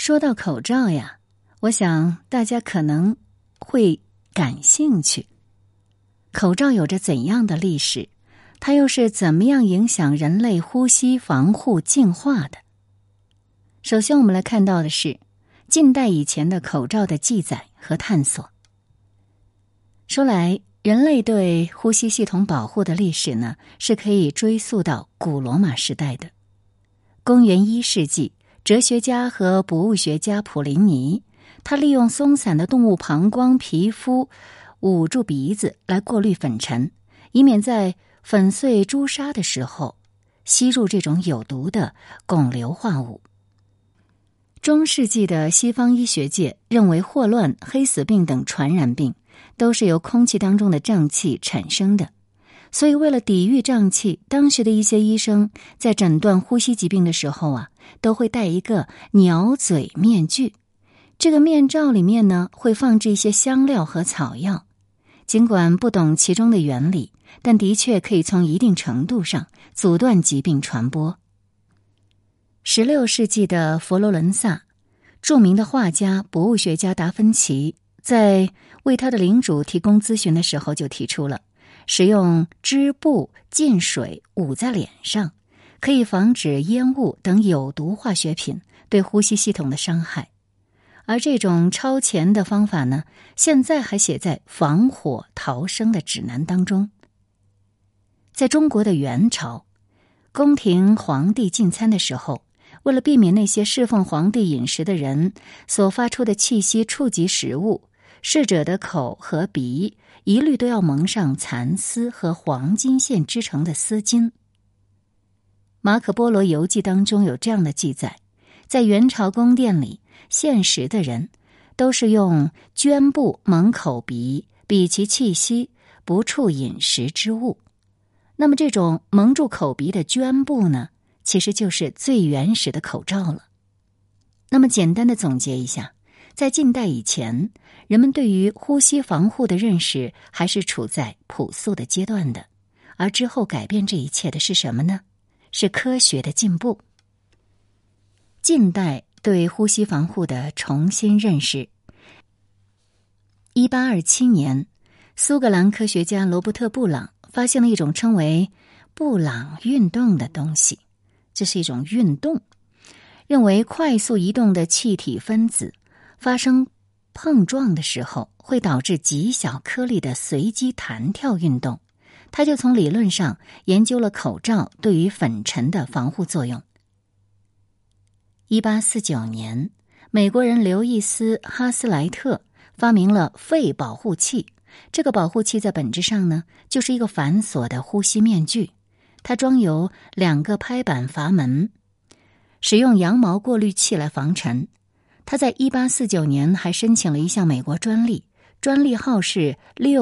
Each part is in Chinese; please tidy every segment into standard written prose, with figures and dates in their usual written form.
说到口罩呀，我想大家可能会感兴趣。口罩有着怎样的历史？它又是怎么样影响人类呼吸、防护、进化的？首先我们来看到的是近代以前的口罩的记载和探索。说来，人类对呼吸系统保护的历史呢，是可以追溯到古罗马时代的。公元1世纪，哲学家和博物学家普林尼，他利用松散的动物膀胱皮肤捂住鼻子来过滤粉尘，以免在粉碎朱砂的时候吸入这种有毒的汞硫化物。中世纪的西方医学界认为霍乱、黑死病等传染病都是由空气当中的瘴气产生的，所以为了抵御瘴气，当时的一些医生在诊断呼吸疾病的时候都会戴一个鸟嘴面具。这个面罩里面呢，会放置一些香料和草药。尽管不懂其中的原理，但的确可以从一定程度上阻断疾病传播。16世纪的佛罗伦萨，著名的画家、博物学家达芬奇在为他的领主提供咨询的时候就提出了，使用织布浸水捂在脸上，可以防止烟雾等有毒化学品对呼吸系统的伤害。而这种超前的方法呢，现在还写在防火逃生的指南当中。在中国的元朝，宫廷皇帝进餐的时候，为了避免那些侍奉皇帝饮食的人所发出的气息触及食物，侍者的口和鼻一律都要蒙上蚕丝和黄金线织成的丝巾。马可波罗游记当中有这样的记载，在元朝宫殿里，献食的人都是用绢布蒙口鼻，比其气息，不触饮食之物。那么这种蒙住口鼻的绢布呢，其实就是最原始的口罩了。那么简单的总结一下，在近代以前，人们对于呼吸防护的认识还是处在朴素的阶段的，而之后改变这一切的是什么呢？是科学的进步。近代对呼吸防护的重新认识。1827年，苏格兰科学家罗伯特·布朗发现了一种称为布朗运动的东西，这是一种运动，认为快速移动的气体分子发生碰撞的时候会导致极小颗粒的随机弹跳运动，他就从理论上研究了口罩对于粉尘的防护作用。1849年，美国人刘易斯·哈斯莱特发明了肺保护器。这个保护器在本质上呢，就是一个反锁的呼吸面具，它装有2个拍板阀门，使用羊毛过滤器来防尘。他在1849年还申请了一项美国专利，专利号是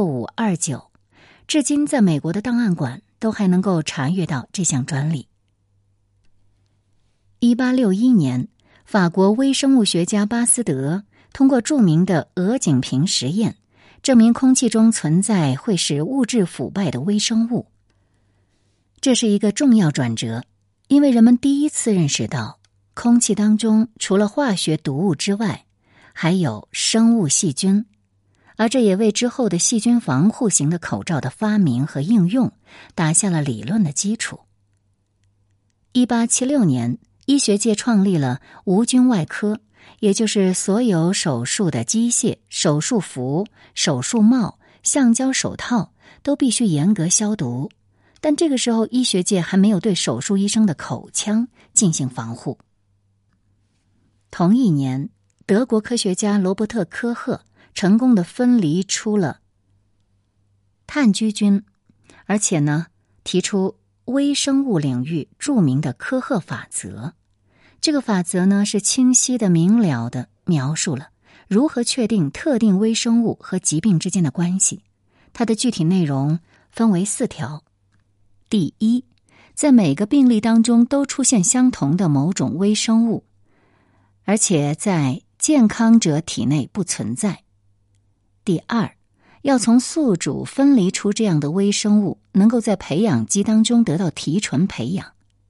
6529，至今在美国的档案馆都还能够查阅到这项专利。1861年，法国微生物学家巴斯德通过著名的鹅颈瓶实验，证明空气中存在会使物质腐败的微生物。这是一个重要转折，因为人们第一次认识到，空气当中除了化学毒物之外，还有生物细菌，而这也为之后的细菌防护型的口罩的发明和应用打下了理论的基础。1876年，医学界创立了无菌外科，也就是所有手术的机械、手术服、手术帽、橡胶手套都必须严格消毒。但这个时候，医学界还没有对手术医生的口腔进行防护。同一年，德国科学家罗伯特·科赫成功地分离出了炭疽菌，而且呢，提出微生物领域著名的科赫法则。这个法则呢，是清晰的、明了的描述了如何确定特定微生物和疾病之间的关系。它的具体内容分为4条。第一，在每个病例当中都出现相同的某种微生物，而且在健康者体内不存在。第二，要从宿主分离出这样的微生物，能够在培养基当中得到提纯培养。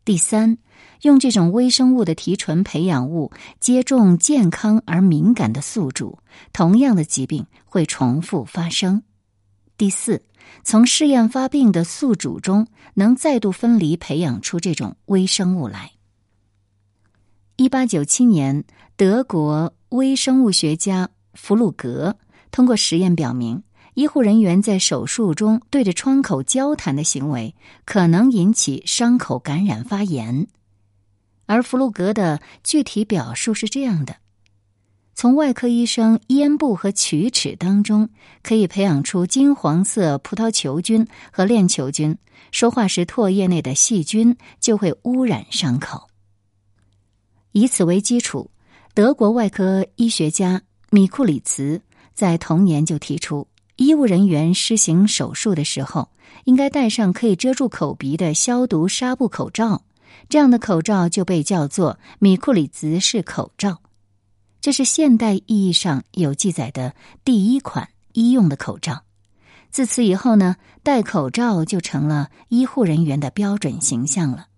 第三，用这种微生物的提纯培养物接种健康而敏感的宿主，同样的疾病会重复发生。第四，从试验发病的宿主中能再度分离培养出这种微生物来。1897年，德国微生物学家弗鲁格通过实验表明，医护人员在手术中对着创口交谈的行为可能引起伤口感染发炎。而弗鲁格的具体表述是这样的：从外科医生咽部和龋齿当中可以培养出金黄色葡萄球菌和链球菌，说话时唾液内的细菌就会污染伤口。以此为基础，德国外科医学家米库里茨在同年就提出，医务人员施行手术的时候应该戴上可以遮住口鼻的消毒纱布口罩，这样的口罩就被叫做米库里茨式口罩。这是现代意义上有记载的第一款医用的口罩。自此以后呢，戴口罩就成了医护人员的标准形象了。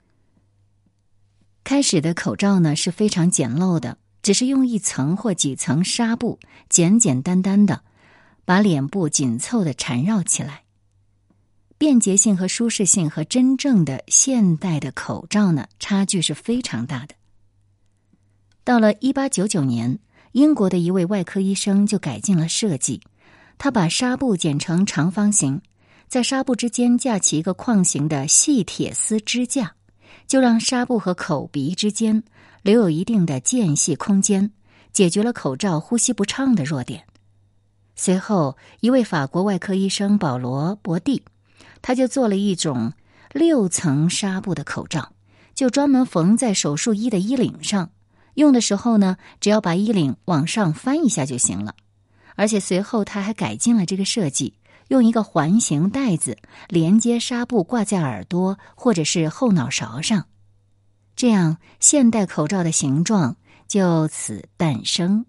开始的口罩呢是非常简陋的，只是用一层或几层纱布简简单单的把脸部紧凑地缠绕起来。便捷性和舒适性和真正的现代的口罩呢，差距是非常大的。到了1899年，英国的一位外科医生就改进了设计，他把纱布剪成长方形，在纱布之间架起一个框形的细铁丝支架，就让纱布和口鼻之间留有一定的间隙空间，解决了口罩呼吸不畅的弱点。随后，一位法国外科医生保罗·博蒂，他就做了一种6层纱布的口罩，就专门缝在手术衣的衣领上。用的时候呢，只要把衣领往上翻一下就行了。而且随后他还改进了这个设计，用一个环形带子连接纱布挂在耳朵或者是后脑勺上，这样现代口罩的形状就此诞生。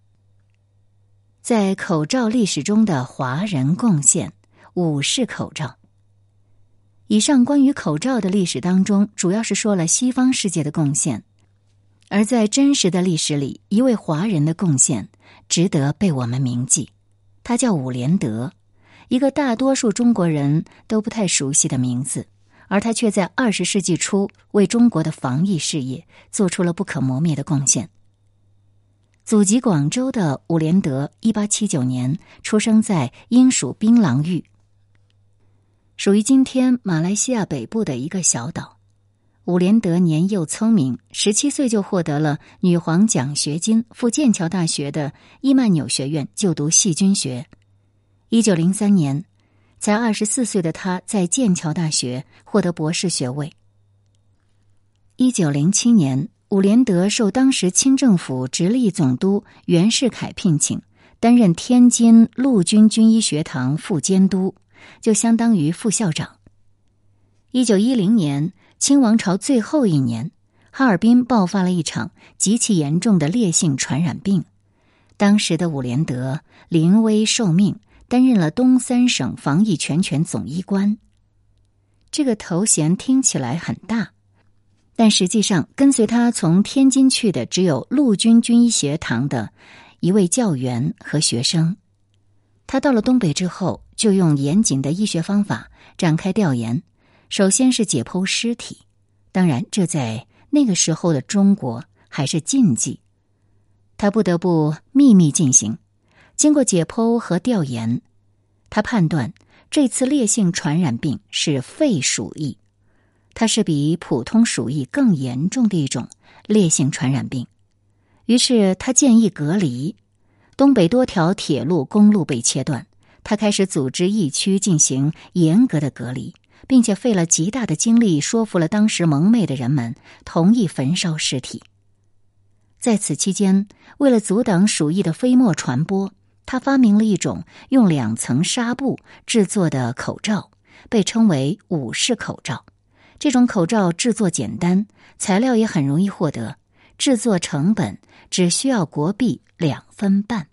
在口罩历史中的华人贡献，武士口罩。以上关于口罩的历史当中，主要是说了西方世界的贡献，而在真实的历史里，一位华人的贡献值得被我们铭记，他叫伍连德，一个大多数中国人都不太熟悉的名字，而他却在20世纪初为中国的防疫事业做出了不可磨灭的贡献。祖籍广州的伍连德1879年出生在英属槟榔屿，属于今天马来西亚北部的一个小岛。伍连德年幼聪明，17岁就获得了女皇奖学金，赴剑桥大学的伊曼纽学院就读细菌学。1903年，才24岁的他在剑桥大学获得博士学位。1907年，伍连德受当时清政府直隶总督袁世凯聘请，担任天津陆军军医学堂副监督，就相当于副校长。1910年，清王朝最后一年，哈尔滨爆发了一场极其严重的烈性传染病。当时的伍连德临危受命，担任了东三省防疫全权总医官。这个头衔听起来很大，但实际上跟随他从天津去的只有陆军军医学堂的一位教员和学生。他到了东北之后，就用严谨的医学方法展开调研，首先是解剖尸体，当然这在那个时候的中国还是禁忌，他不得不秘密进行。经过解剖和调研，他判断这次烈性传染病是肺鼠疫，它是比普通鼠疫更严重的一种烈性传染病。于是他建议隔离，东北多条铁路公路被切断，他开始组织疫区进行严格的隔离，并且费了极大的精力说服了当时蒙昧的人们同意焚烧尸体。在此期间，为了阻挡鼠疫的飞沫传播，他发明了一种用2层纱布制作的口罩，被称为武士口罩。这种口罩制作简单，材料也很容易获得，制作成本只需要国币2分半。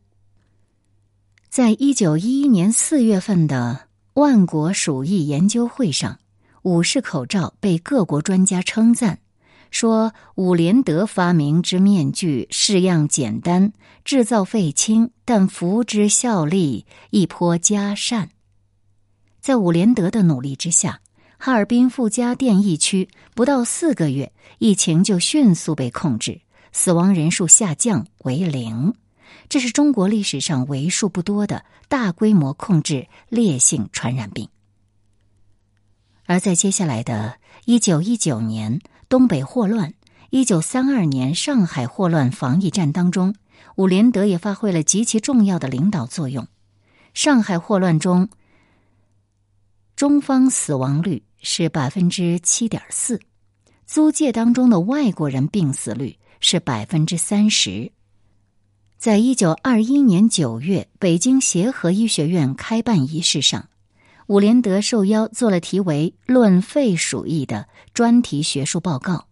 在1911年4月份的万国鼠疫研究会上， 武士口罩被各国专家称赞，说伍连德发明之面具式样简单，制造费轻，但服之效力亦颇佳善。在伍连德的努力之下，哈尔滨傅家店疫区不到4个月，疫情就迅速被控制，死亡人数下降为0。这是中国历史上为数不多的大规模控制烈性传染病。而在接下来的1919年东北霍乱、1932年上海霍乱防疫战当中，伍连德也发挥了极其重要的领导作用。上海霍乱中，中方死亡率是 7.4%， 租界当中的外国人病死率是 30%。在1921年9月北京协和医学院开办仪式上，伍连德受邀做了题为《论肺鼠疫》的专题学术报告。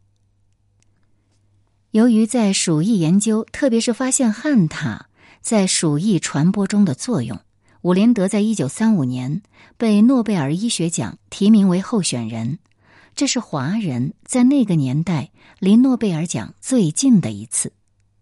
由于在鼠疫研究，特别是发现旱獭在鼠疫传播中的作用，伍连德在1935年被诺贝尔医学奖提名为候选人，这是华人在那个年代离诺贝尔奖最近的一次。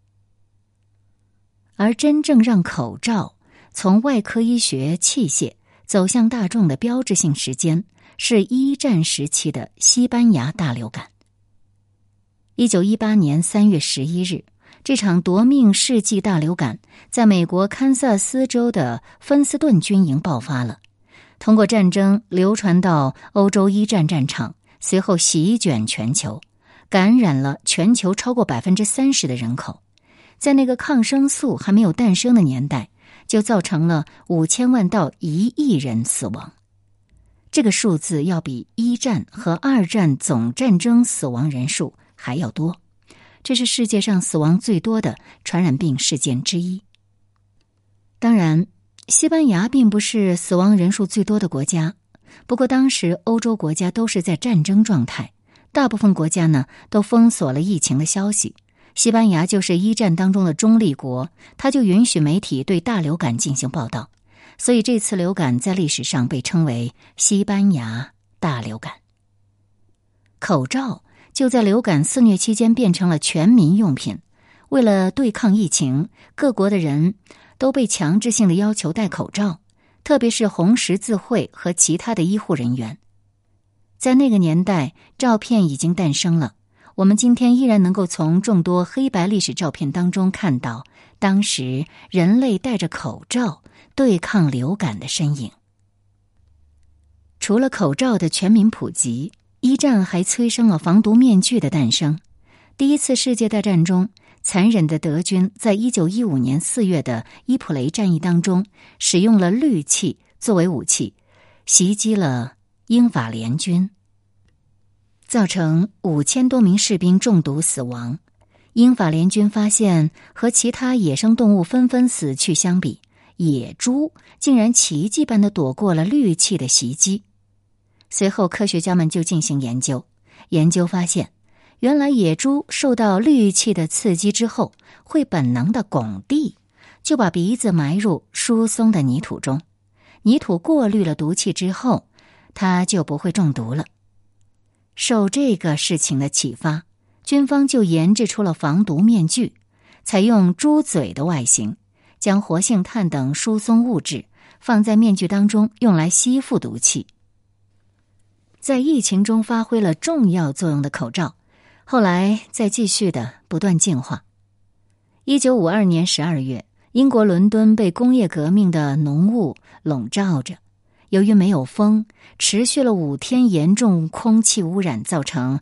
而真正让口罩从外科医学器械走向大众的标志性时间，是一战时期的西班牙大流感。1918年3月11日，这场夺命世纪大流感在美国堪萨斯州的芬斯顿军营爆发了，通过战争流传到欧洲一战战场，随后席卷全球，感染了全球超过 30% 的人口。在那个抗生素还没有诞生的年代，就造成了5000万到1亿人死亡。这个数字要比一战和二战总战争死亡人数还要多，这是世界上死亡最多的传染病事件之一。当然，西班牙并不是死亡人数最多的国家，不过当时欧洲国家都是在战争状态，大部分国家呢都封锁了疫情的消息。西班牙就是一战当中的中立国，它就允许媒体对大流感进行报道，所以这次流感在历史上被称为西班牙大流感。口罩就在流感肆虐期间变成了全民用品，为了对抗疫情，各国的人都被强制性的要求戴口罩，特别是红十字会和其他的医护人员。在那个年代，照片已经诞生了，我们今天依然能够从众多黑白历史照片当中看到当时人类戴着口罩对抗流感的身影。除了口罩的全民普及，一战还催生了防毒面具的诞生。第一次世界大战中，残忍的德军在1915年4月的伊普雷战役当中，使用了氯气作为武器，袭击了英法联军，造成5000多名士兵中毒死亡。英法联军发现，和其他野生动物纷纷死去相比，野猪竟然奇迹般地躲过了氯气的袭击。随后科学家们就进行研究发现，原来野猪受到氯气的刺激之后，会本能地拱地，就把鼻子埋入疏松的泥土中，泥土过滤了毒气之后，它就不会中毒了。受这个事情的启发，军方就研制出了防毒面具，采用猪嘴的外形，将活性炭等疏松物质放在面具当中，用来吸附毒气。在疫情中发挥了重要作用的口罩，后来再继续的不断进化。1952年12月，英国伦敦被工业革命的浓雾笼罩着，由于没有风，持续了5天严重空气污染，造成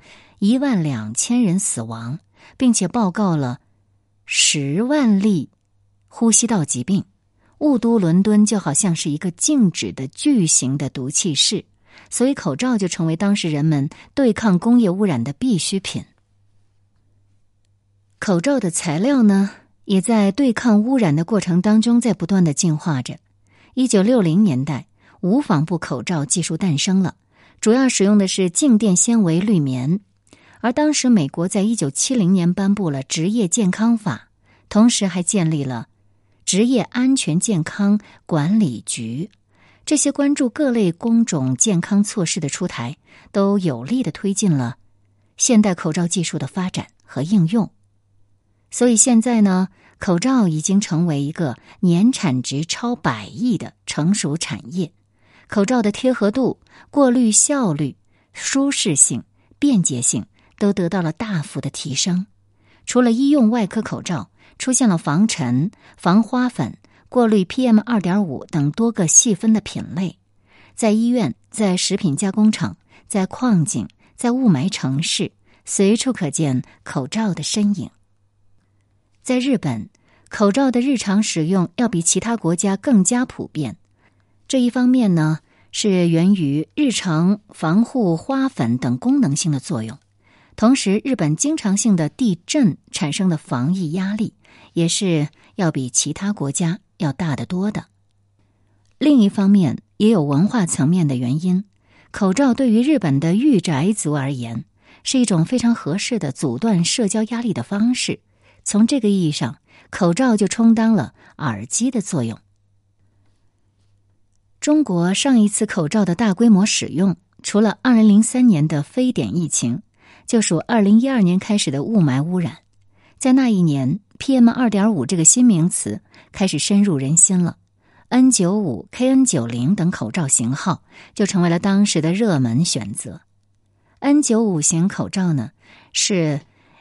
12000人死亡，并且报告了10万例呼吸道疾病。雾都伦敦就好像是一个静止的巨型的毒气室，所以口罩就成为当时人们对抗工业污染的必需品。口罩的材料呢，也在对抗污染的过程当中在不断的进化着。1960年代，无纺布口罩技术诞生了，主要使用的是静电纤维滤棉。而当时美国在1970年颁布了职业健康法，同时还建立了职业安全健康管理局。 这些关注各类工种健康措施的出台，都有力地推进了现代口罩技术的发展和应用。所以现在呢，口罩已经成为一个年产值超100亿的成熟产业。口罩的贴合度、过滤效率、舒适性、便捷性都得到了大幅的提升。除了医用外科口罩，出现了防尘、防花粉、过滤 PM2.5 等多个细分的品类。在医院、在食品加工厂、在矿井、在雾霾城市，随处可见口罩的身影。在日本，口罩的日常使用要比其他国家更加普遍。这一方面呢，是源于日常防护花粉等功能性的作用。同时，日本经常性的地震产生的防疫压力，也是要比其他国家要大得多的。另一方面，也有文化层面的原因。口罩对于日本的御宅族而言，是一种非常合适的阻断社交压力的方式。从这个意义上，口罩就充当了耳机的作用。中国上一次口罩的大规模使用，除了2003年的非典疫情，就属2012年开始的雾霾污染。在那一年 PM2.5 这个新名词开始深入人心了， N95、KN90 等口罩型号就成为了当时的热门选择。 N95 型口罩呢，是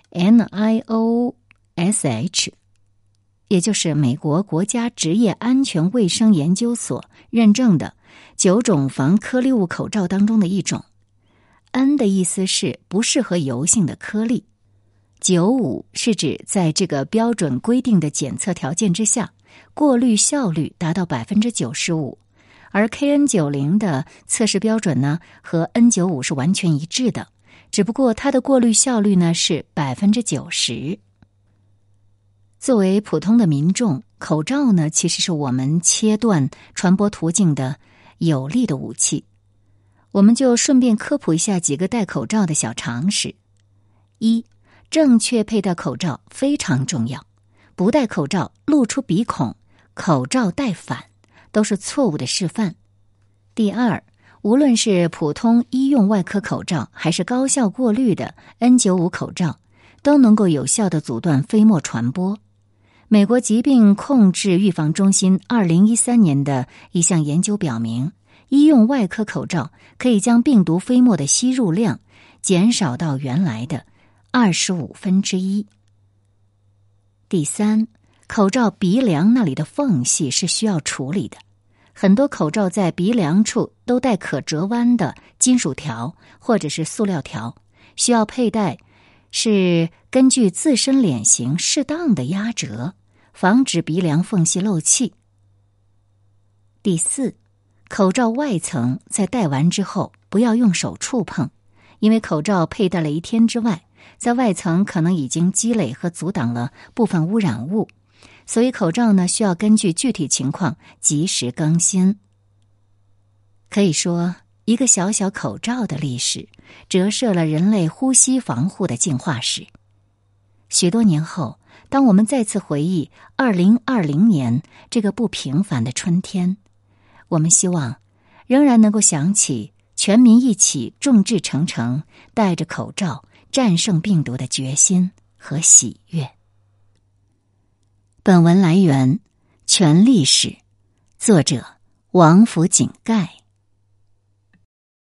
NIOSH， 也就是美国国家职业安全卫生研究所认证的9种防颗粒物口罩当中的一种。 N 的意思是不适合油性的颗粒，95是指在这个标准规定的检测条件之下，过滤效率达到 95%， 而 KN90 的测试标准呢和 N95 是完全一致的，只不过它的过滤效率呢是 90%。 作为普通的民众，口罩呢其实是我们切断传播途径的有力的武器。我们就顺便科普一下几个戴口罩的小常识。1. 正确佩戴口罩非常重要，不戴口罩露出鼻孔，口罩戴反，都是错误的示范。第二，无论是普通医用外科口罩还是高效过滤的 N95 口罩，都能够有效地阻断飞沫传播。美国疾病控制预防中心2013年的一项研究表明，医用外科口罩可以将病毒飞沫的吸入量减少到原来的1/25。第三，口罩鼻梁那里的缝隙是需要处理的。很多口罩在鼻梁处都带可折弯的金属条或者是塑料条，需要佩戴是根据自身脸型适当的压折，防止鼻梁缝隙漏气。第四，口罩外层在戴完之后不要用手触碰，因为口罩佩戴了1天之外，在外层可能已经积累和阻挡了部分污染物，所以口罩呢需要根据具体情况及时更新。可以说，一个小小口罩的历史，折射了人类呼吸防护的进化史。许多年后，当我们再次回忆2020年这个不平凡的春天，我们希望仍然能够想起全民一起众志成城，戴着口罩战胜病毒的决心和喜悦。本文来源《全历史》，作者王府井盖。